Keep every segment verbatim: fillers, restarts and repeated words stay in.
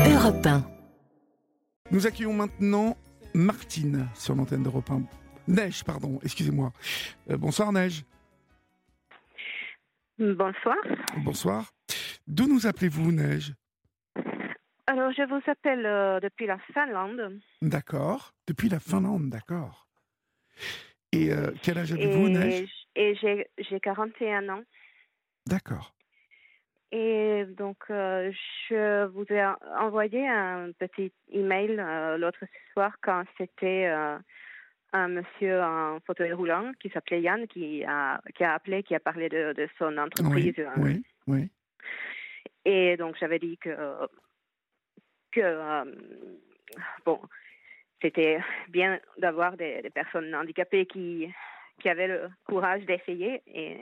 Europe un. Nous accueillons maintenant Martine sur l'antenne d'Europe un. Neige, pardon, excusez-moi. Euh, bonsoir Neige. Bonsoir. Bonsoir. D'où nous appelez-vous Neige ? Alors, je vous appelle euh, depuis la Finlande. D'accord. Depuis la Finlande, d'accord. Et euh, quel âge avez-vous Et, Neige ? et j'ai, j'ai quarante et un ans. D'accord. Et donc, euh, je vous ai envoyé un petit email euh, l'autre soir quand c'était euh, un monsieur en fauteuil roulant qui s'appelait Yann qui a, qui a appelé, qui a parlé de, de son entreprise. Oui, euh, oui, oui. Et donc, j'avais dit que, que euh, bon, c'était bien d'avoir des, des personnes handicapées qui, qui avaient le courage d'essayer et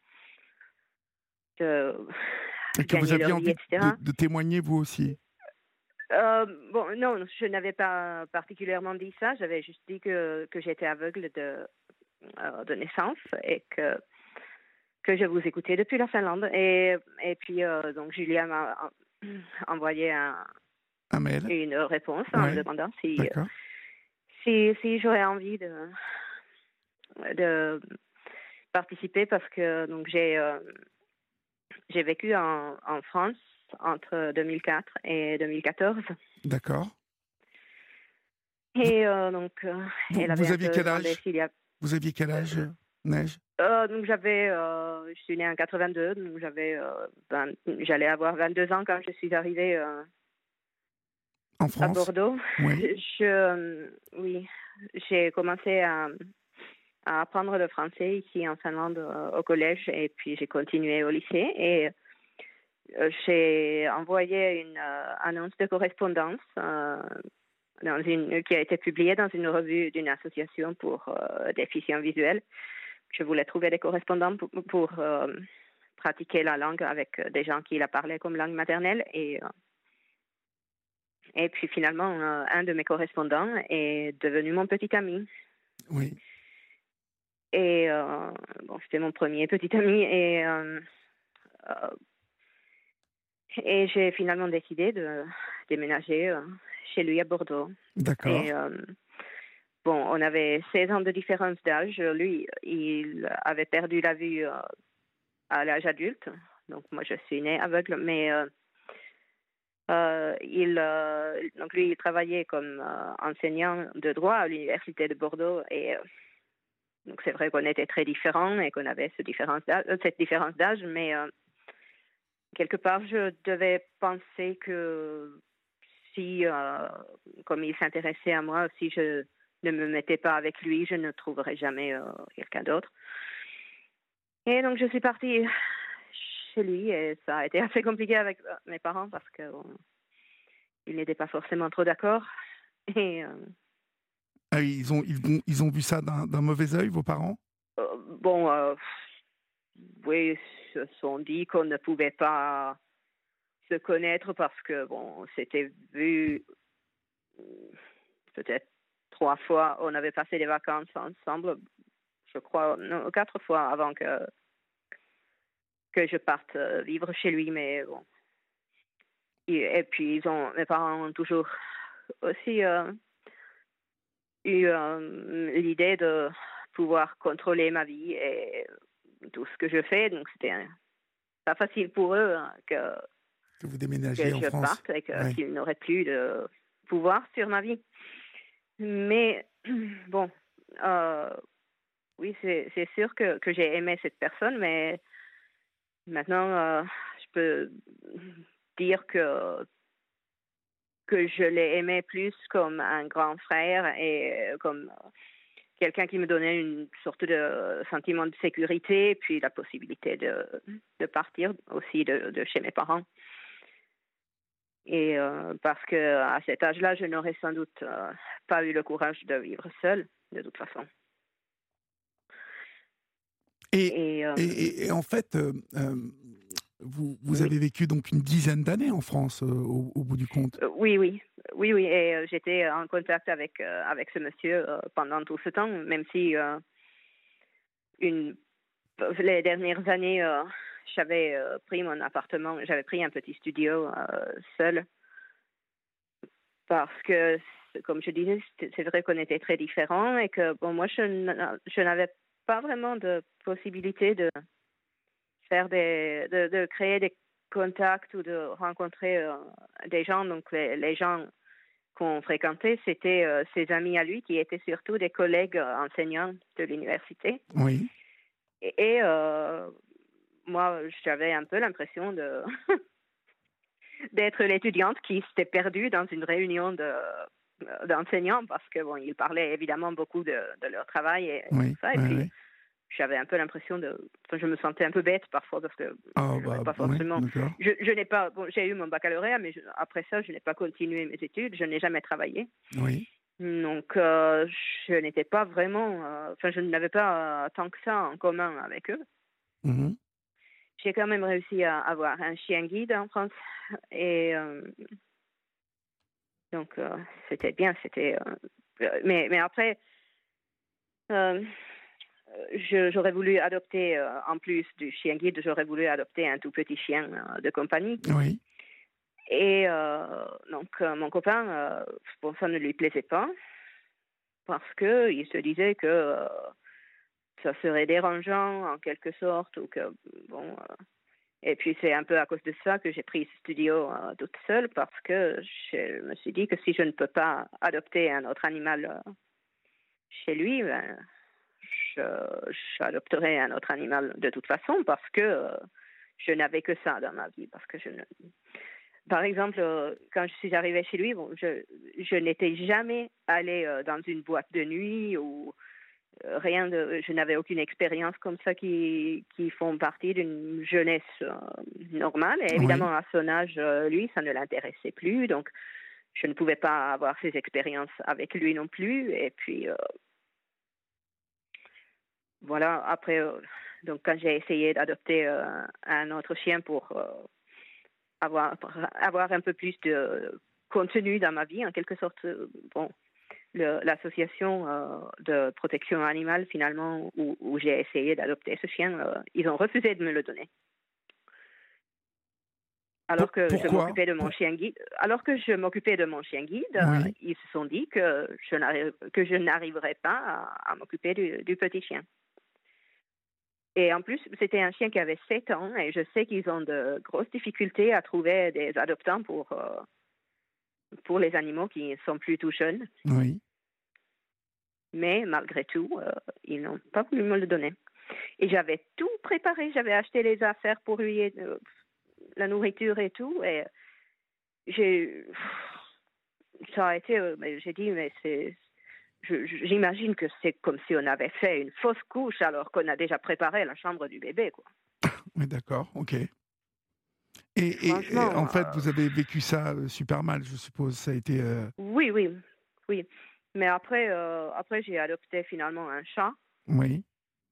de Et que vous gagner aviez leur vie, envie et cetera. de, de témoigner vous aussi ? Euh, bon, non, je n'avais pas particulièrement dit ça. J'avais juste dit que, que j'étais aveugle de, euh, de naissance et que, que je vous écoutais depuis la Finlande. Et, et puis, euh, donc, Julia m'a envoyé un, Un mail ? une réponse en Ouais, me demandant si, d'accord. si, si j'aurais envie de, de participer parce que donc, j'ai, euh, j'ai vécu en, en France entre deux mille quatre et deux mille quatorze. D'accord. Et euh, donc, euh, Vous, elle avait vous un aviez peu quel demandé âge ? s'il y a... Vous aviez quel âge, Neige ? Euh, donc j'avais, euh, je suis née en quatre-vingt-deux, donc j'avais, euh, vingt j'allais avoir vingt-deux ans quand je suis arrivée euh, En à France ? Bordeaux. Oui. Je, euh, oui, j'ai commencé à, à apprendre le français ici en Finlande euh, au collège et puis j'ai continué au lycée et euh, j'ai envoyé une euh, annonce de correspondance euh, dans une, qui a été publiée dans une revue d'une association pour euh, déficients visuels. Je voulais trouver des correspondants pour, pour euh, pratiquer la langue avec des gens qui la parlaient comme langue maternelle. Et, euh, et puis finalement, euh, un de mes correspondants est devenu mon petit ami. Oui. Et euh, bon, c'était mon premier petit ami. Et, euh, euh, et j'ai finalement décidé de déménager euh, chez lui à Bordeaux. D'accord. Et euh, bon, on avait seize ans de différence d'âge. Lui, il avait perdu la vue euh, à l'âge adulte. Donc, moi, je suis née aveugle, mais euh, euh, il, euh, donc lui, il travaillait comme euh, enseignant de droit à l'Université de Bordeaux. Et euh, donc, c'est vrai qu'on était très différents et qu'on avait ce différence d'âge, euh, cette différence d'âge, mais euh, quelque part, je devais penser que si, euh, comme il s'intéressait à moi, si je ne me mettais pas avec lui, je ne trouverais jamais euh, quelqu'un d'autre. Et donc, je suis partie chez lui et ça a été assez compliqué avec mes parents parce que bon, ils n'étaient pas forcément trop d'accord. Et euh, Ah, ils, ont, ils, ont, ils ont vu ça d'un, d'un mauvais œil, vos parents ? euh, bon, euh, oui, ils se sont dit qu'on ne pouvait pas se connaître parce que bon, on s'était vu peut-être trois fois. On avait passé des vacances ensemble, je crois, non, quatre fois avant que que je parte vivre chez lui, mais bon. Et, et puis ils ont, mes parents ont toujours aussi euh, eu euh, l'idée de pouvoir contrôler ma vie et tout ce que je fais. Donc, c'était un, pas facile pour eux hein, que, Que vous que déménagiez en je France. parte et que, Ouais. qu'ils n'auraient plus de pouvoir sur ma vie. Mais, bon, euh, oui, c'est, c'est sûr que, que j'ai aimé cette personne, mais maintenant, euh, je peux dire que que je l'ai aimé plus comme un grand frère et comme quelqu'un qui me donnait une sorte de sentiment de sécurité, puis la possibilité de, de partir aussi de, de chez mes parents. Et euh, parce que à cet âge-là, je n'aurais sans doute euh, pas eu le courage de vivre seule, de toute façon. Et, Et, euh, et, et en fait, euh, euh, vous, vous oui. avez vécu donc une dizaine d'années en France, euh, au, au bout du compte. Euh, oui, oui, oui, oui. Et euh, j'étais en contact avec euh, avec ce monsieur euh, pendant tout ce temps, même si euh, une les dernières années, euh, j'avais euh, pris mon appartement, j'avais pris un petit studio euh, seul parce que, comme je disais, c'est vrai qu'on était très différents et que, bon, moi, je, je n'avais pas vraiment de possibilité de faire des, de, de créer des contacts ou de rencontrer euh, des gens. Donc, les, les gens qu'on fréquentait, c'était euh, ses amis à lui qui étaient surtout des collègues euh, enseignants de l'université. Oui. Et, et euh, moi, j'avais un peu l'impression de d'être l'étudiante qui s'était perdue dans une réunion de d'enseignants parce que bon, ils parlaient évidemment beaucoup de, de leur travail et, Oui. et tout ça. Et Oui, puis, oui. j'avais un peu l'impression de, enfin, je me sentais un peu bête parfois parce que Ah, je n'avais bah, pas oui, forcément, d'accord. je, je n'ai pas, bon, j'ai eu mon baccalauréat, mais je, après ça, je n'ai pas continué mes études, je n'ai jamais travaillé. Oui. Donc, euh, je n'étais pas vraiment, euh, enfin, je n'avais pas euh, tant que ça en commun avec eux. Mhm. J'ai quand même réussi à avoir un chien guide en France et euh, donc euh, c'était bien, c'était, euh, mais mais après. Euh, je, j'aurais voulu adopter, euh, en plus du chien guide, j'aurais voulu adopter un tout petit chien euh, de compagnie. Oui. Et euh, donc, euh, mon copain, euh, bon, ça ne lui plaisait pas parce qu'il se disait que euh, ça serait dérangeant en quelque sorte. Ou que, bon, euh, et puis, c'est un peu à cause de ça que j'ai pris ce studio euh, toute seule parce que je me suis dit que si je ne peux pas adopter un autre animal euh, chez lui, ben, je, j'adopterai un autre animal de toute façon parce que euh, je n'avais que ça dans ma vie. Parce que je ne... Par exemple, euh, quand je suis arrivée chez lui, bon, je, je n'étais jamais allée euh, dans une boîte de nuit ou euh, rien de... Je n'avais aucune expérience comme ça qui, qui font partie d'une jeunesse euh, normale. Et Oui. évidemment, à son âge, euh, lui, ça ne l'intéressait plus. Donc, je ne pouvais pas avoir ces expériences avec lui non plus. Et puis... Euh, Voilà, après, euh, donc quand j'ai essayé d'adopter euh, un autre chien pour euh, avoir, avoir un peu plus de contenu dans ma vie, en quelque sorte, euh, bon, le, l'association euh, de protection animale, finalement, où, où j'ai essayé d'adopter ce chien, euh, ils ont refusé de me le donner. Alors Pour- que je pourquoi m'occupais de mon Pour- chien guide, alors que je m'occupais de mon chien guide, euh, Oui. ils se sont dit que je, n'arrive, que je n'arriverais pas à, à m'occuper du, du petit chien. Et en plus, c'était un chien qui avait sept ans et je sais qu'ils ont de grosses difficultés à trouver des adoptants pour, euh, pour les animaux qui sont plutôt jeunes. Oui. Mais malgré tout, euh, ils n'ont pas voulu me le donner. Et j'avais tout préparé. J'avais acheté les affaires pour lui, et, euh, la nourriture et tout. Et j'ai, ça a été, euh, j'ai dit, mais c'est, je, j'imagine que c'est comme si on avait fait une fausse couche alors qu'on a déjà préparé la chambre du bébé, quoi. Oui, d'accord. Ok. Et, et- et en Franchement, fait, euh, vous avez vécu ça euh, super mal, je suppose. Ça a été. euh, oui, oui, oui. Mais après, euh, après j'ai adopté finalement un chat Oui.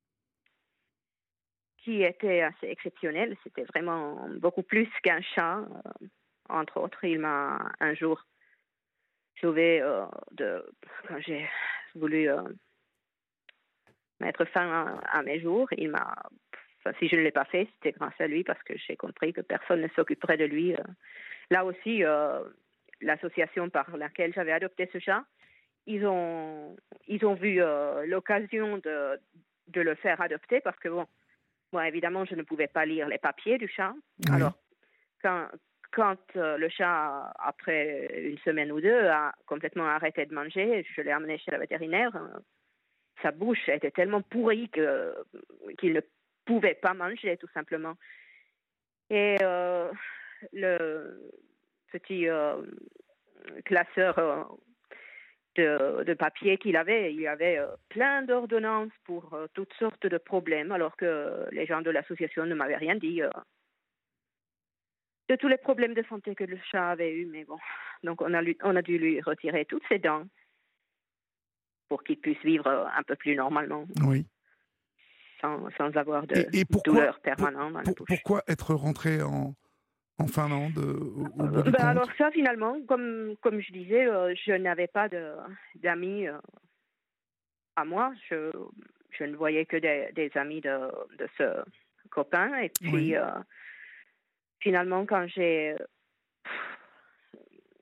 qui était assez exceptionnel. C'était vraiment beaucoup plus qu'un chat. Euh, entre autres, il m'a un jour sauvé euh, de quand j'ai voulu euh, mettre fin à, à mes jours. Il m'a, enfin, si je ne l'ai pas fait, c'était grâce à lui parce que j'ai compris que personne ne s'occuperait de lui. Euh. Là aussi, euh, l'association par laquelle j'avais adopté ce chat, ils ont, ils ont vu euh, l'occasion de, de le faire adopter parce que, bon, moi, évidemment, je ne pouvais pas lire les papiers du chat. Oui. Alors, quand, quand euh, le chat, après une semaine ou deux, a complètement arrêté de manger, je l'ai amené chez la vétérinaire, euh, sa bouche était tellement pourrie que, qu'il ne pouvait pas manger, tout simplement. Et euh, le petit euh, classeur euh, de, de papier qu'il avait. Il y avait euh, plein d'ordonnances pour euh, toutes sortes de problèmes, alors que les gens de l'association ne m'avaient rien dit euh, de tous les problèmes de santé que le chat avait eu. Mais bon, donc on a, lui, on a dû lui retirer toutes ses dents pour qu'il puisse vivre euh, un peu plus normalement, Oui. sans, sans avoir de Et, et pourquoi, douleur pour- permanente dans la pour- bouche. pourquoi être rentré en, en Finlande euh, au, au bout Euh, du ben compte? alors ça, finalement, comme, comme je disais, euh, je n'avais pas de, d'amis euh, à moi. Je, je ne voyais que des, des amis de, de ce copain. Et puis, Oui. euh, finalement, quand j'ai...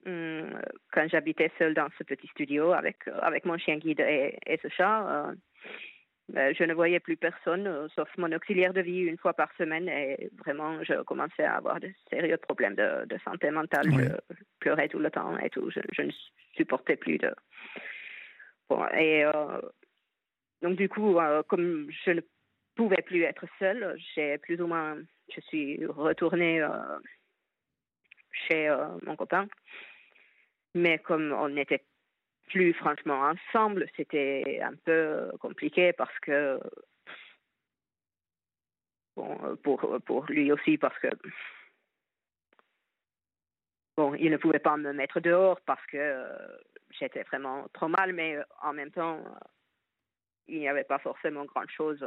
hum, quand j'habitais seule dans ce petit studio avec, avec mon chien guide et, et ce chat, euh, ben, je ne voyais plus personne, euh, sauf mon auxiliaire de vie une fois par semaine. Et vraiment, je commençais à avoir de sérieux problèmes de, de santé mentale. Oui. Je pleurais tout le temps et tout. Je, je ne supportais plus de... Bon, et euh, donc, du coup, euh, comme je ne pouvais plus être seule, j'ai plus ou moins... Je suis retournée euh, chez euh, mon copain. Mais comme on n'était plus franchement ensemble, c'était un peu compliqué parce que... Bon, pour, pour lui aussi, parce que bon, il ne pouvait pas me mettre dehors parce que euh, j'étais vraiment trop mal, mais euh, en même temps, euh, il n'y avait pas forcément grand-chose.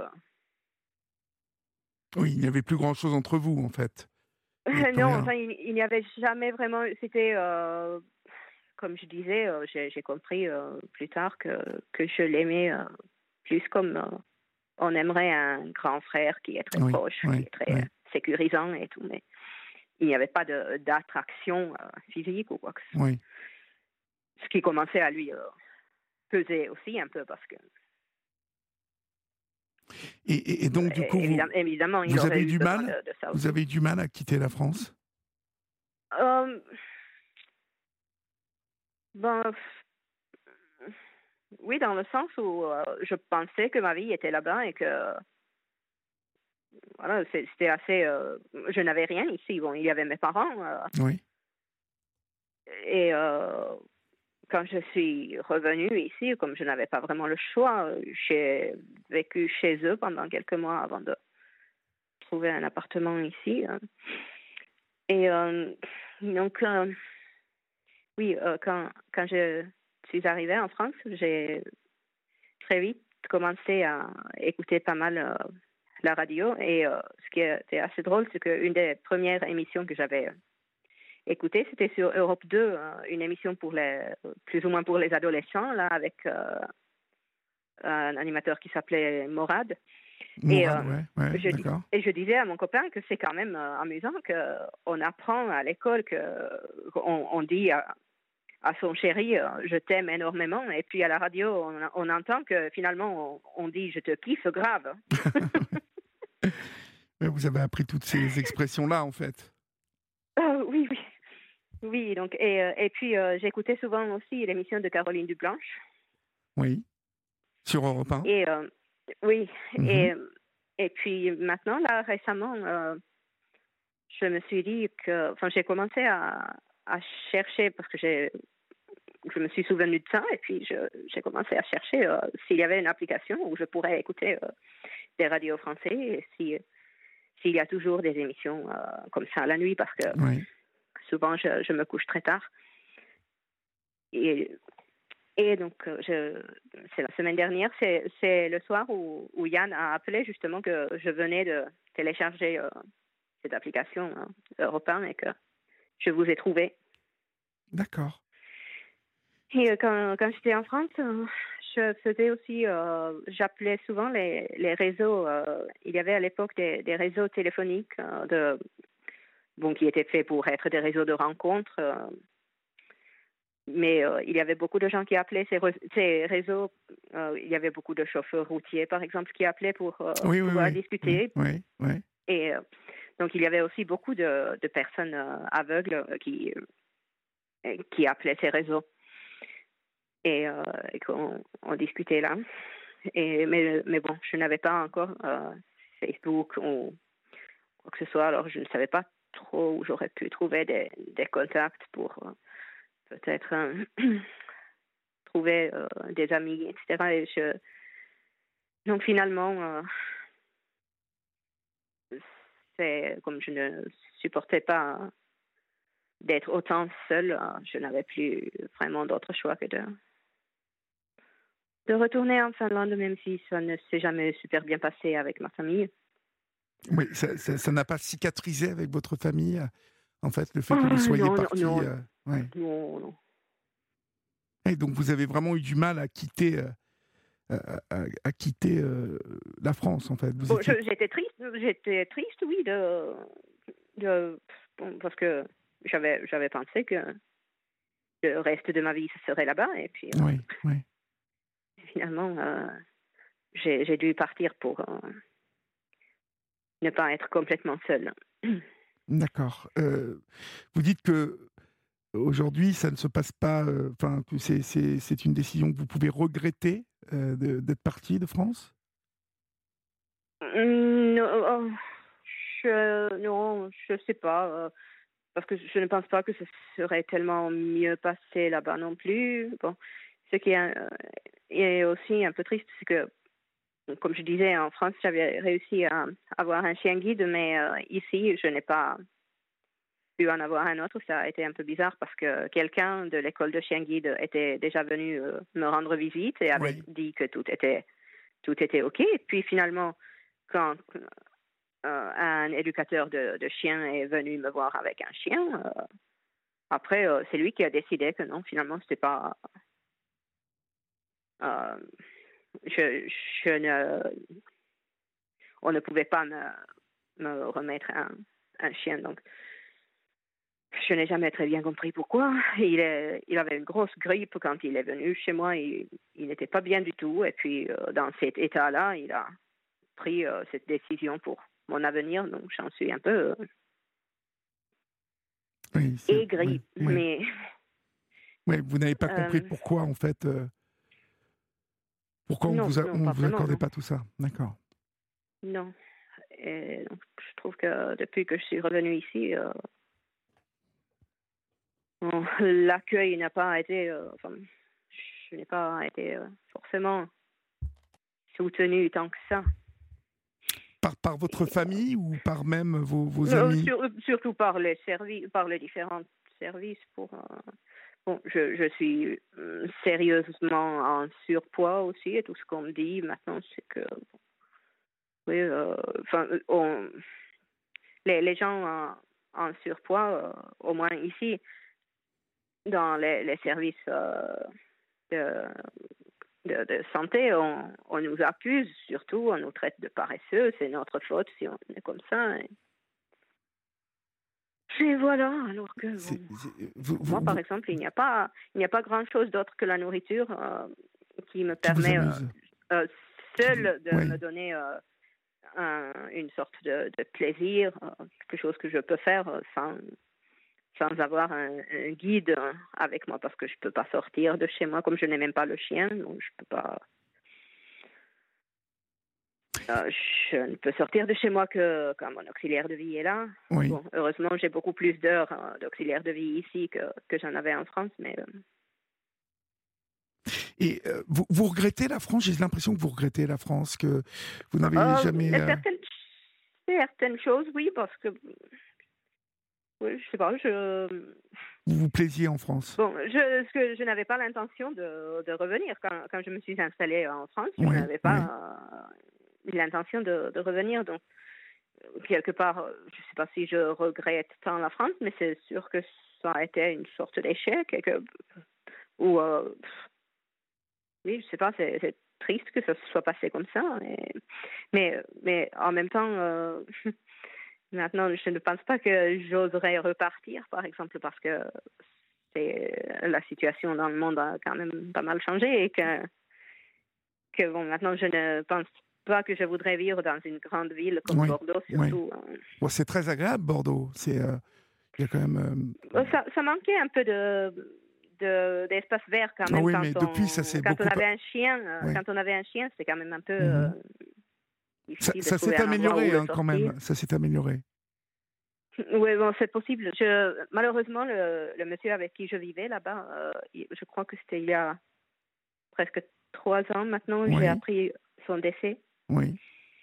Oui, il n'y avait plus grand-chose entre vous, en fait. Il n'y avait plus Non, rien. enfin, il, il n'y avait jamais vraiment... C'était, euh, comme je disais, euh, j'ai, j'ai compris euh, plus tard que, que je l'aimais euh, plus comme euh, on aimerait un grand frère qui est très Oui, proche, qui oui, est très oui, euh, sécurisant et tout, mais il n'y avait pas de, d'attraction euh, physique ou quoi que ce soit. oui. Ce qui commençait à lui euh, peser aussi un peu parce que Et, et, et donc, du coup, vous, évidemment, évidemment il vous aurait avez eu eu du besoin mal de, de ça Vous aussi. avez eu du mal à quitter la France? Euh, ben, oui, dans le sens où euh, je pensais que ma vie était là-bas et que voilà, c'était assez. Euh, je n'avais rien ici. Bon, il y avait mes parents euh, Oui. et euh, quand je suis revenue ici, comme je n'avais pas vraiment le choix, j'ai vécu chez eux pendant quelques mois avant de trouver un appartement ici. Hein. Et euh, donc, euh, oui, euh, quand, quand je suis arrivée en France, j'ai très vite commencé à écouter pas mal euh, la radio. Et euh, ce qui était assez drôle, c'est qu'une des premières émissions que j'avais écoutées, c'était sur Europe deux, euh, une émission pour les, plus ou moins pour les adolescents, là, avec euh, un animateur qui s'appelait Morad. Et, Mourad, euh, ouais, ouais, je, d'accord. et je disais à mon copain que c'est quand même euh, amusant qu'on apprend à l'école qu'on on dit à, à son chéri euh, je t'aime énormément, et puis à la radio on, on entend que finalement on, on dit je te kiffe grave. Ouais, vous avez appris toutes ces expressions-là, en fait. Euh, oui, oui. Oui, donc, et, euh, et puis euh, j'écoutais souvent aussi l'émission de Caroline Dublanche. Oui. Sur Europe un. Et euh, oui, Mhm. et, et puis maintenant, là, récemment, euh, je me suis dit que, enfin, j'ai commencé à, à chercher parce que j'ai, je me suis souvenue de ça et puis je, j'ai commencé à chercher euh, s'il y avait une application où je pourrais écouter euh, des radios français et si, s'il y a toujours des émissions euh, comme ça la nuit parce que Oui. souvent je, je me couche très tard. Et, et donc, euh, je, c'est la semaine dernière, c'est, c'est le soir où, où Yann a appelé justement que je venais de télécharger euh, cette application hein, Europe un et que je vous ai trouvé. D'accord. Et euh, quand, quand j'étais en France, euh, je faisais aussi, euh, j'appelais souvent les, les réseaux. Euh, il y avait à l'époque des, des réseaux téléphoniques euh, de, bon, qui étaient faits pour être des réseaux de rencontres. Euh, mais euh, il y avait beaucoup de gens qui appelaient ces, re- ces réseaux. Euh, il y avait beaucoup de chauffeurs routiers, par exemple, qui appelaient pour euh, Oui, oui, pouvoir oui. Oui, discuter. oui, oui. Et euh, donc, il y avait aussi beaucoup de, de personnes euh, aveugles euh, qui, euh, qui appelaient ces réseaux. Et, euh, et qu'on on discutait là. Et, mais, mais bon, je n'avais pas encore euh, Facebook ou quoi que ce soit, alors je ne savais pas trop où j'aurais pu trouver des, des contacts pour euh, peut-être euh, trouver euh, des amis, et cetera. Et je... Donc finalement, euh, c'est comme je ne supportais pas d'être autant seule, euh, je n'avais plus vraiment d'autre choix que de de retourner en Finlande, même si ça ne s'est jamais super bien passé avec ma famille. Oui, ça, ça, ça n'a pas cicatrisé avec votre famille, euh, en fait, le fait Oh, que vous soyez non, non, parti. non, Euh, ouais. non, non. Et donc vous avez vraiment eu du mal à quitter, euh, à, à- à quitter euh, la France, en fait. Vous Bon, étiez. je- j'étais triste, j'étais triste, oui, de, de bon, parce que j'avais, j'avais pensé que le reste de ma vie, ce serait là-bas. Et puis, euh, Oui, oui. finalement, euh, j'ai, j'ai dû partir pour euh, ne pas être complètement seule. D'accord. Euh, vous dites que aujourd'hui, ça ne se passe pas. Enfin, que c'est, c'est, c'est une décision que vous pouvez regretter euh, de- d'être parti de France. Non, oh, je, non, je sais pas. euh, Parce que je ne pense pas que ce serait tellement mieux passé là-bas non plus. Bon, ce qui est, euh, est aussi un peu triste, c'est que, comme je disais, en France, j'avais réussi à avoir un chien guide, mais euh, ici, je n'ai pas pu en avoir un autre. Ça a été un peu bizarre parce que quelqu'un de l'école de chien guide était déjà venu euh, me rendre visite et avait Oui. dit que tout était, tout était OK. Et puis finalement, quand euh, un éducateur de, de chiens est venu me voir avec un chien, euh, après, euh, c'est lui qui a décidé que non, finalement, c'était pas. Euh, je, je ne, on ne pouvait pas me, me remettre un, un chien. Donc, je n'ai jamais très bien compris pourquoi. Il, est, il avait une grosse grippe quand il est venu chez moi. Il, il n'était pas bien du tout. Et puis, euh, dans cet état-là, il a pris euh, cette décision pour mon avenir. Donc, j'en suis un peu euh, Oui, c'est, oui, aigrie. oui. Mais. Oui, vous n'avez pas compris Euh, pourquoi, en fait. euh, pourquoi on non, vous a- non, on pas vous vraiment, accordait non. pas tout ça. D'accord. Non. Et donc, je trouve que depuis que je suis revenue ici, euh, bon, l'accueil n'a pas été, euh, enfin, je n'ai pas été euh, forcément soutenue tant que ça. Par, par votre Et, famille ou par même vos, vos euh, amis? sur- surtout par les services, par les différents services. Pour, euh, bon, je, je suis euh, sérieusement en surpoids aussi, et tout ce qu'on me dit maintenant, c'est que, oui, euh, enfin, on, les, les gens en, en surpoids, euh, au moins ici, dans les, les services euh, de, de, de santé, on, on nous accuse, surtout, on nous traite de paresseux, c'est notre faute si on est comme ça. Et, et voilà, alors que bon, C'est- c'est- vous, moi, vous, par vous- exemple, il n'y a pas, il n'y a pas grand-chose d'autre que la nourriture euh, qui me qui vous permet euh, amuse? euh, Qui vous- seule de Oui. me donner euh, un, une sorte de, de plaisir, euh, quelque chose que je peux faire euh, sans sans avoir un, un guide euh, avec moi parce que je peux pas sortir de chez moi comme je n'ai même pas le chien, donc je peux pas. Euh, je ne peux sortir de chez moi que quand mon auxiliaire de vie est là. Oui. Bon, heureusement, j'ai beaucoup plus d'heures euh, d'auxiliaire de vie ici que, que j'en avais en France, mais euh, Et euh, vous, vous regrettez la France? J'ai l'impression que vous regrettez la France, que vous n'avez euh, jamais. euh, certaines certaines choses, oui, parce que oui, je sais pas, je vous vous plaisiez en France. bon, je, ce que je n'avais pas l'intention de, de revenir quand, quand je me suis installée en France, je Oui, n'avais oui. pas euh, l'intention de, de revenir, donc quelque part, euh, je ne sais pas si je regrette tant la France, mais c'est sûr que ça a été une sorte d'échec et que, ou euh, oui, je sais pas, c'est, c'est triste que ça se soit passé comme ça. Et, mais, mais en même temps, euh, maintenant, je ne pense pas que j'oserais repartir, par exemple, parce que c'est, la situation dans le monde a quand même pas mal changé et que, que bon, maintenant, je ne pense pas que je voudrais vivre dans une grande ville comme Oui, Bordeaux, oui. surtout. hein. Bon, c'est très agréable, Bordeaux. C'est, euh, il y a quand même. euh, Euh, Ça, ça manquait un peu de, de d'espace vert quand Ah même oui, quand mais depuis, ça on s'est quand on beaucoup. avait un chien. euh, Oui. Quand on avait un chien, c'était quand même un peu euh, Mhm. Ça, difficile de ça trouver s'est un endroit où amélioré le hein, quand sortir. même. Ça s'est amélioré. Oui, bon, c'est possible. Je, malheureusement, le, le monsieur avec qui je vivais là-bas, euh, il- je crois que c'était il y a presque trois ans maintenant, j'ai Oui, appris son décès. oui,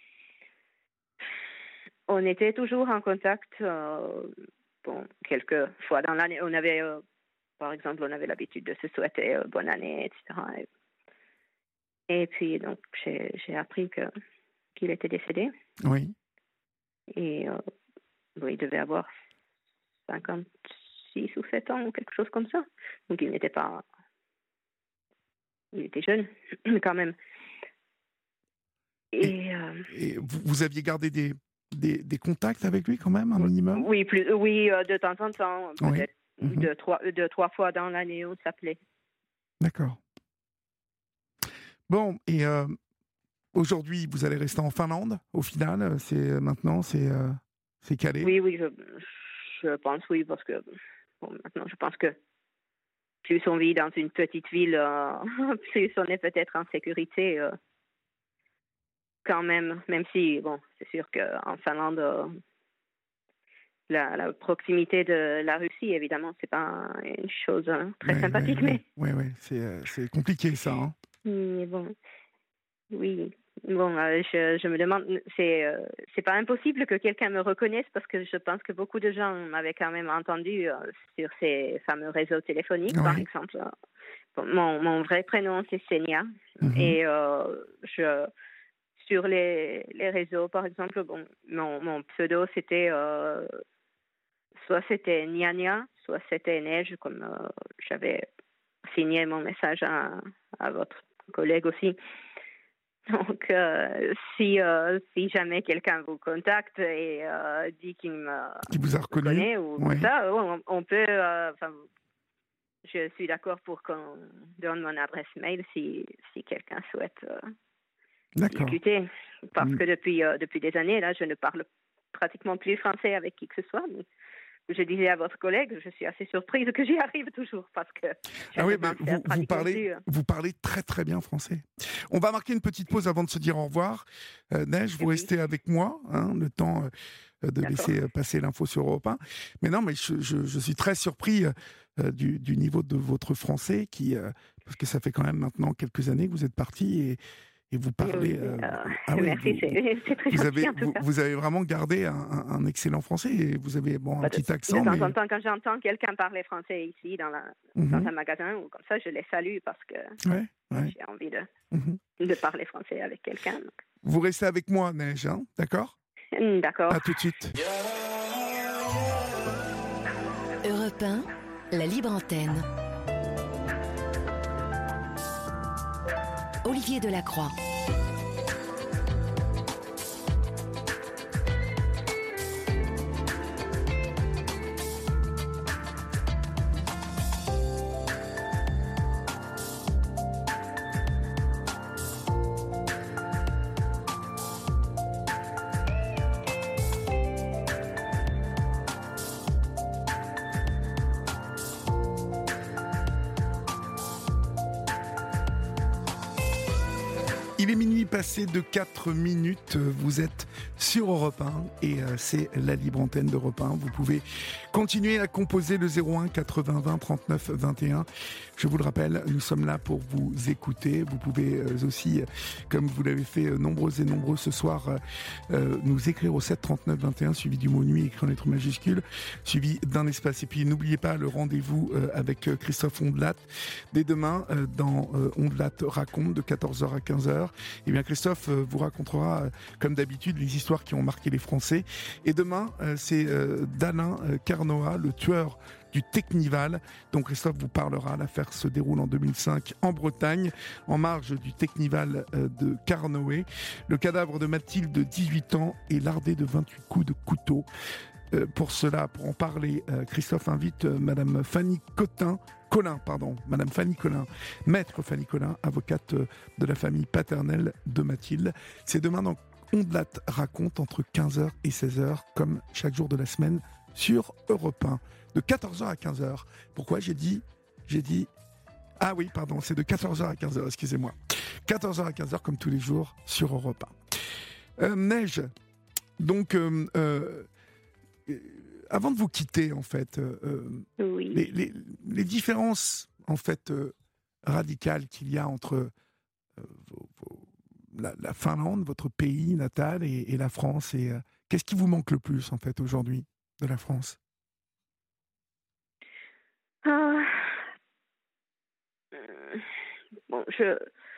On était toujours en contact. Euh, bon, quelques fois dans l'année, on avait, euh, par exemple, on avait l'habitude de se souhaiter euh, bonne année, et cetera. Et, et puis, donc, j'ai, j'ai appris que, qu'il était décédé. oui. Et euh, bon, il devait avoir cinquante-six ou sept ans ou quelque chose comme ça. Donc, il n'était pas. Il était jeune, quand même. Et, Et. Euh, et vous, vous aviez gardé des, des, des contacts avec lui quand même, un minimum? oui, plus, oui, euh, de temps en temps, Oui. peut-être Mhm. deux, trois, deux, trois fois dans l'année, on s'appelait. D'accord. Bon, et euh, aujourd'hui, vous allez rester en Finlande, au final, c'est maintenant, c'est euh, c'est calé. Oui, oui, je, je pense oui, parce que bon, maintenant, je pense que plus on vit dans une petite ville, euh, plus on est peut-être en sécurité euh, quand même, même si, bon, c'est sûr qu'en Finlande, euh, la, la proximité de la Russie, évidemment, c'est pas une chose hein, très Ouais, ouais, sympathique, ouais, mais, ouais, ouais, c'est euh, c'est compliqué ça, hein. mais bon, oui. Bon, euh, je, je me demande, c'est euh, c'est pas impossible que quelqu'un me reconnaisse parce que je pense que beaucoup de gens m'avaient quand même entendu euh, sur ces fameux réseaux téléphoniques, par Ouais. exemple. Bon, mon, mon vrai prénom, c'est Senia. Mhm. Et euh, je, sur les, les réseaux, par exemple, bon, mon, mon pseudo, c'était euh, soit c'était Nia, soit c'était Neige, comme euh, j'avais signé mon message à, à votre collègue aussi. Donc, euh, si, euh, si jamais quelqu'un vous contacte et euh, dit qu'il me, Qui vous a me reconnu? connaît ou comme Ouais. ça, on, on peut, euh, enfin, je suis d'accord pour qu'on donne mon adresse mail si, si quelqu'un souhaite euh, D'accord. discuter. Parce Mm. que depuis, euh, depuis des années, là, je ne parle pratiquement plus français avec qui que ce soit. Donc, je disais à votre collègue, je suis assez surprise que j'y arrive toujours parce que je Ah ne oui, m'en mais sers vous, vous pratiquement parlez, plus. vous parlez très très bien français. On va marquer une petite pause avant de se dire au revoir. Euh, Neige, vous Oui, restez avec moi, hein, le temps euh, de d'accord. laisser passer l'info sur Europe un. Mais non, mais je, je- je suis très surpris euh, du, du niveau de votre français, qui, euh, parce que ça fait quand même maintenant quelques années que vous êtes parti et, et vous parlez. Oui, euh, euh, ah oui, merci, vous, c'est, c'est très vous gentil avez, en tout vous, cas. vous avez vraiment gardé un, un- un excellent français et vous avez bon un Bah, de, petit de accent, temps en mais temps, quand j'entends quelqu'un parler français ici dans, la, dans mhm, un magasin ou comme ça, je les salue parce que ouais, ouais. j'ai envie de, Mhm. de parler français avec quelqu'un. Vous restez avec moi, Neige, hein, d'accord? Donc. D'accord. À tout de suite. Europe un, la libre antenne. Olivier Delacroix. Il est minuit passé de quatre minutes, vous êtes sur Europe un et euh, c'est la libre antenne d'Europe un. Vous pouvez continuer à composer le zéro un quatre-vingts vingt trente-neuf vingt et un. Je vous le rappelle, nous sommes là pour vous écouter. Vous pouvez euh, aussi, comme vous l'avez fait euh, nombreux et nombreux ce soir, euh, nous écrire au sept trente-neuf vingt et un, suivi du mot nuit écrit en lettres majuscules, suivi d'un espace. Et puis n'oubliez pas le rendez-vous euh, avec euh, Christophe Ondelat dès demain euh, dans euh, Ondelat raconte de quatorze heures à quinze heures. Eh bien Christophe euh, vous racontera euh, comme d'habitude les histoires qui ont marqué les Français. Et demain euh, c'est euh, d'Alain euh, Carnoat, le tueur du Technival, dont Christophe vous parlera. L'affaire se déroule en deux mille cinq en Bretagne, en marge du Technival euh, de Carnoët. Le cadavre de Mathilde, de dix-huit ans, est lardé de vingt-huit coups de couteau. Euh, pour cela, pour en parler, euh, Christophe invite euh, Madame Fanny Cotin, Collin, pardon, Madame Fanny Collin, Maître Fanny Collin, avocate euh, de la famille paternelle de Mathilde. C'est demain dans Ondelat raconte entre quinze heures et seize heures, comme chaque jour de la semaine, sur Europe un, de quatorze heures à quinze heures. Pourquoi j'ai dit, j'ai dit, ah oui, pardon, c'est de quatorze heures à quinze heures, excusez-moi. quatorze heures à quinze heures, comme tous les jours, sur Europe un. Euh, Neige, donc, euh, euh, avant de vous quitter, en fait, euh, Oui. les, les, les différences, en fait, euh, radicales qu'il y a entre euh, vos, vos, la, la Finlande, votre pays natal, et, et la France, et euh, qu'est-ce qui vous manque le plus, en fait, aujourd'hui, de la France? Ah, bon, je.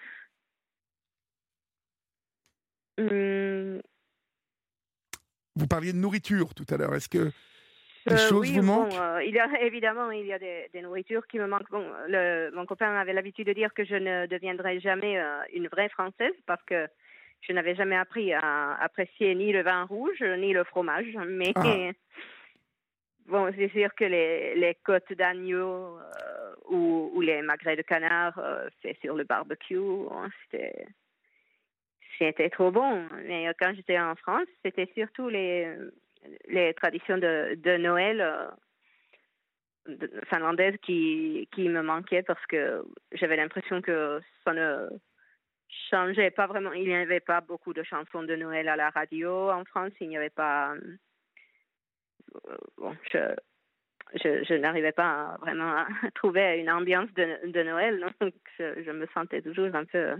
Hum, Vous parliez de nourriture tout à l'heure. Est-ce que des euh, choses oui, vous bon, manquent? euh, il y a évidemment il y a des, des nourritures qui me manquent. Bon, le, mon copain avait l'habitude de dire que je ne deviendrai jamais euh, une vraie Française parce que je n'avais jamais appris à apprécier ni le vin rouge ni le fromage. Mais Ah, bon, c'est sûr que les, les côtes d'agneau euh, ou, ou les magrets de canard euh, faits sur le barbecue, hein, c'était, c'était trop bon. Mais euh, quand j'étais en France, c'était surtout les, les traditions de, de Noël euh, de- finlandaises qui, qui me manquaient parce que j'avais l'impression que ça ne changeait pas vraiment. Il n'y avait pas beaucoup de chansons de Noël à la radio en France. Il n'y avait pas... euh, bon, je, je, je n'arrivais pas à, vraiment à trouver une ambiance de, de Noël. Donc, je, je me sentais toujours un peu,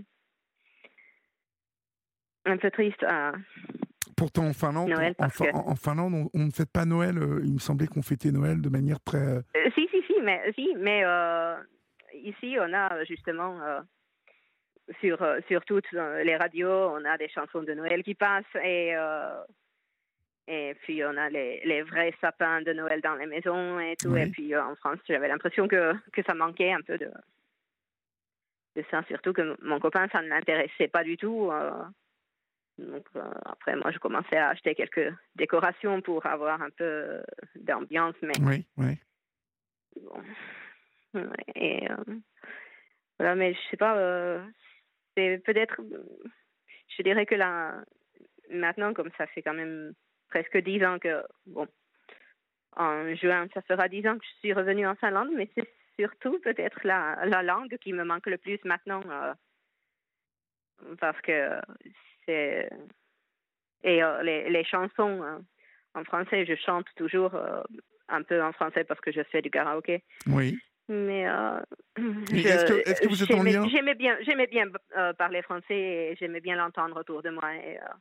un peu triste à Pourtant, en Finlande, Noël en, parce que... en- en Finlande, on, on ne fête pas Noël. euh, Il me semblait qu'on fêtait Noël de manière très. euh, Euh, si, si, si, mais, si, mais euh, ici, on a justement... euh, sur, euh, sur toutes euh, les radios, on a des chansons de Noël qui passent et... euh, Et puis, on a les, les vrais sapins de Noël dans les maisons et tout. Et Oui. puis, euh, en France, j'avais l'impression que, que ça manquait un peu de, de ça. Surtout que mon copain, ça ne l'intéressait pas du tout. euh. donc, euh, après, moi, je commençais à acheter quelques décorations pour avoir un peu d'ambiance. Mais Oui, oui. bon. Ouais, Et euh, voilà, mais je sais pas. euh, c'est peut-être. Je dirais que là, maintenant, comme ça fait quand même presque dix ans que. Bon, en juin, ça fera dix ans que je suis revenue en Finlande, mais c'est surtout peut-être la, la langue qui me manque le plus maintenant, euh, parce que c'est... Et euh, les, les chansons euh, en français, je chante toujours euh, un peu en français parce que je fais du karaoké. Oui. Mais euh, Et est-ce que, est-ce que je, vous êtes en j'aimais, lien j'aimais bien, j'aimais bien euh, parler français et j'aimais bien l'entendre autour de moi. Et, euh,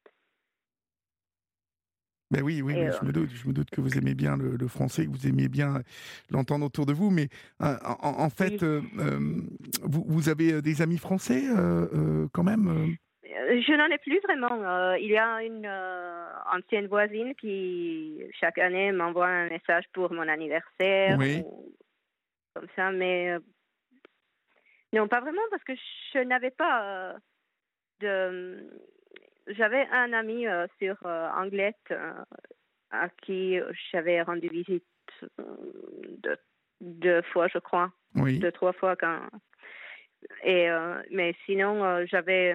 Ben oui, oui, et, oui, euh, je me doute, je me doute que vous aimez bien le, le français, que vous aimiez bien l'entendre autour de vous, mais euh, en, en fait, oui. euh, euh, vous, vous avez des amis français euh, euh, quand même euh Euh, Je n'en ai plus vraiment. Euh, il y a une euh, ancienne voisine qui, chaque année, m'envoie un message pour mon anniversaire Oui, ou comme ça, mais euh, non, pas vraiment parce que je n'avais pas euh, de. J'avais un ami euh, sur euh, Anglette euh, à qui j'avais rendu visite euh, deux, deux fois, je crois, oui, deux, trois fois quand. Et euh, mais sinon, euh, j'avais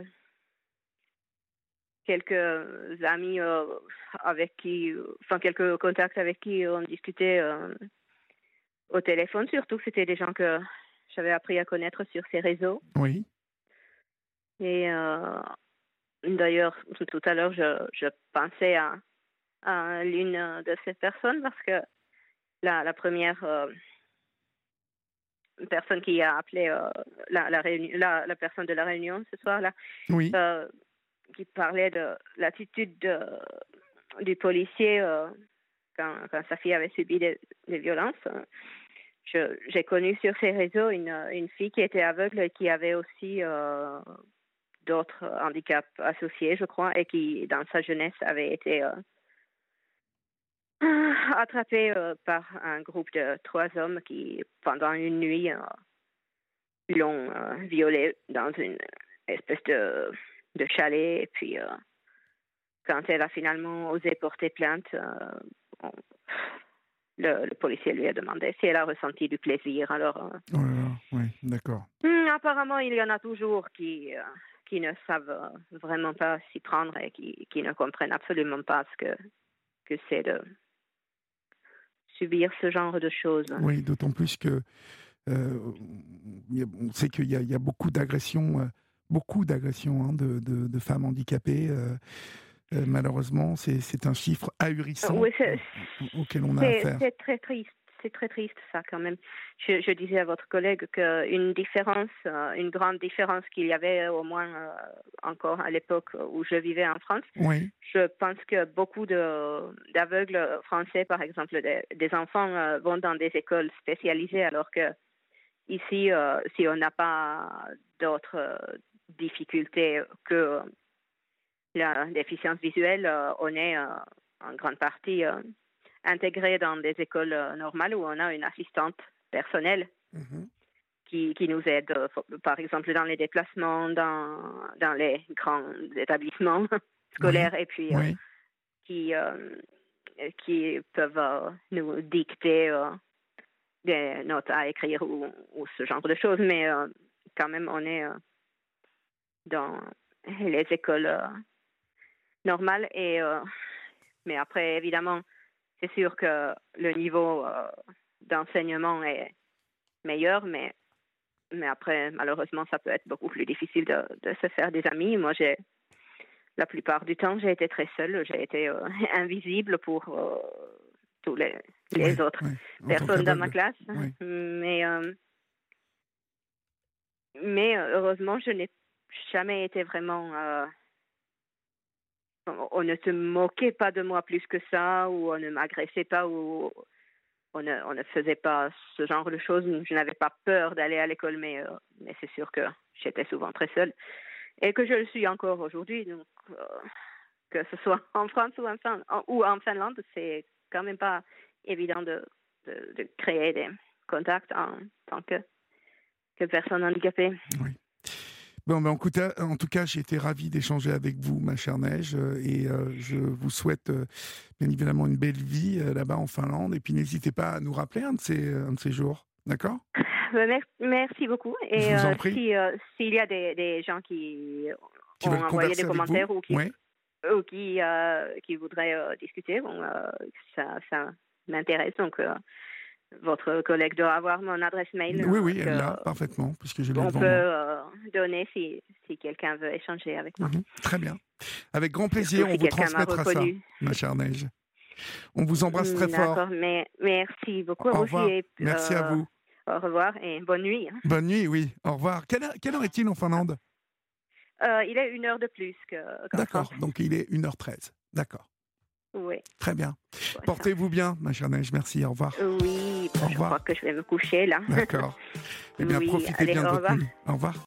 quelques amis euh, avec qui, enfin quelques contacts avec qui on discutait euh, au téléphone, surtout que c'était des gens que j'avais appris à connaître sur ces réseaux. oui, Et euh, d'ailleurs, tout, tout à l'heure, je, je pensais à, à l'une de ces personnes parce que la, la première euh, personne qui a appelé euh, la, la, réunion, la, la personne de la réunion ce soir-là, oui, euh, qui parlait de l'attitude de, du policier euh, quand, quand sa fille avait subi des, des violences. Je, j'ai connu sur ces réseaux une, une fille qui était aveugle et qui avait aussi euh, d'autres handicaps associés, je crois, et qui, dans sa jeunesse, avait été euh, attrapée euh, par un groupe de trois hommes qui, pendant une nuit, euh, l'ont euh, violée dans une espèce de, de chalet. Et puis, euh, quand elle a finalement osé porter plainte, euh, on- le, le policier lui a demandé si elle a ressenti du plaisir. Alors, euh, oh là là, oui, d'accord. hmm, apparemment, il y en a toujours qui, euh, qui ne savent euh, vraiment pas s'y prendre et qui, qui ne comprennent absolument pas ce que, que c'est de subir ce genre de choses. Oui, d'autant plus que euh, il y a- on sait qu'il y a, il y a beaucoup d'agressions, euh, beaucoup d'agressions hein, de, de- de femmes handicapées. euh, euh, malheureusement, c'est, c'est un chiffre ahurissant Oui, c'est, euh, auquel on a c'est, affaire. c'est très triste. C'est très triste, ça, quand même. Je, je disais à votre collègue qu'une différence, euh, une grande différence qu'il y avait au moins euh, encore à l'époque où je vivais en France, Oui, je pense que beaucoup de, d'aveugles français, par exemple, des, des enfants euh, vont dans des écoles spécialisées, alors que ici, euh, si on n'a pas d'autres euh, difficultés que la déficience visuelle, euh, on est euh, en grande partie euh, intégré dans des écoles euh, normales où on a une assistante personnelle mhm, qui, qui nous aide, euh, par exemple, dans les déplacements, dans, dans les grands établissements oui, scolaires, et puis euh, oui, qui, euh, qui peuvent euh, nous dicter euh, des notes à écrire ou, ou ce genre de choses, mais euh, quand même, on est euh, dans les écoles euh, normales. Et, euh, mais après, évidemment, c'est sûr que le niveau euh, d'enseignement est meilleur, mais, mais après, malheureusement, ça peut être beaucoup plus difficile de, de se faire des amis. Moi, j'ai la plupart du temps, j'ai été très seule. J'ai été euh, invisible pour euh, tous les, les oui, autres oui. personnes dans ma classe. Oui. Mais, euh, mais heureusement, je n'ai jamais été vraiment... Euh, on ne se moquait pas de moi plus que ça, ou on ne m'agressait pas, ou on ne, on ne faisait pas ce genre de choses. Je n'avais pas peur d'aller à l'école, mais, euh, mais c'est sûr que j'étais souvent très seule. Et que je le suis encore aujourd'hui. Donc, euh, que ce soit en France ou en, fin- en, ou en Finlande, c'est quand même pas évident de, de, de créer des contacts en tant que, que personne handicapée. Oui. Bon, ben, en, tout cas, en tout cas, j'ai été ravi d'échanger avec vous, ma chère Neige, euh, et euh, je vous souhaite euh, bien évidemment une belle vie euh, là-bas en Finlande. Et puis, n'hésitez pas à nous rappeler un de ces, un de ces jours, d'accord ? Merci beaucoup. Et je vous en euh, prie. si, euh, s'il y a des, des gens qui, Qui ont veulent envoyé converser des avec commentaires vous ou qui, ouais. ou qui, euh, qui voudraient euh, discuter, bon, euh, ça, ça m'intéresse. Donc, euh, votre collègue doit avoir mon adresse mail. Oui, euh, oui, elle que l'a parfaitement, puisque je l'ai on devant peut moi. euh, donner si, si quelqu'un veut échanger avec moi. Mmh, très bien. Avec grand plaisir, Surtout on si vous quelqu'un m'a transmettra ça, reconnu. ma chère Neige. On vous embrasse très fort. D'accord, mais merci beaucoup à Au vous revoir. aussi. Et, Merci à euh, vous. Au revoir et bonne nuit. Bonne nuit, oui. Au revoir. Quelle heure, quelle heure est-il en Finlande ? Euh, il est une heure de plus que, qu'en D'accord, France. donc il est une heure treize. D'accord. Oui. Très bien. Ouais, Portez-vous bien, ma chère Neige. Merci, au revoir. Oui, Au je revoir. crois que je vais me coucher là. D'accord. Eh bien, Oui, profitez allez, bien de au votre revoir. nuit. Au revoir.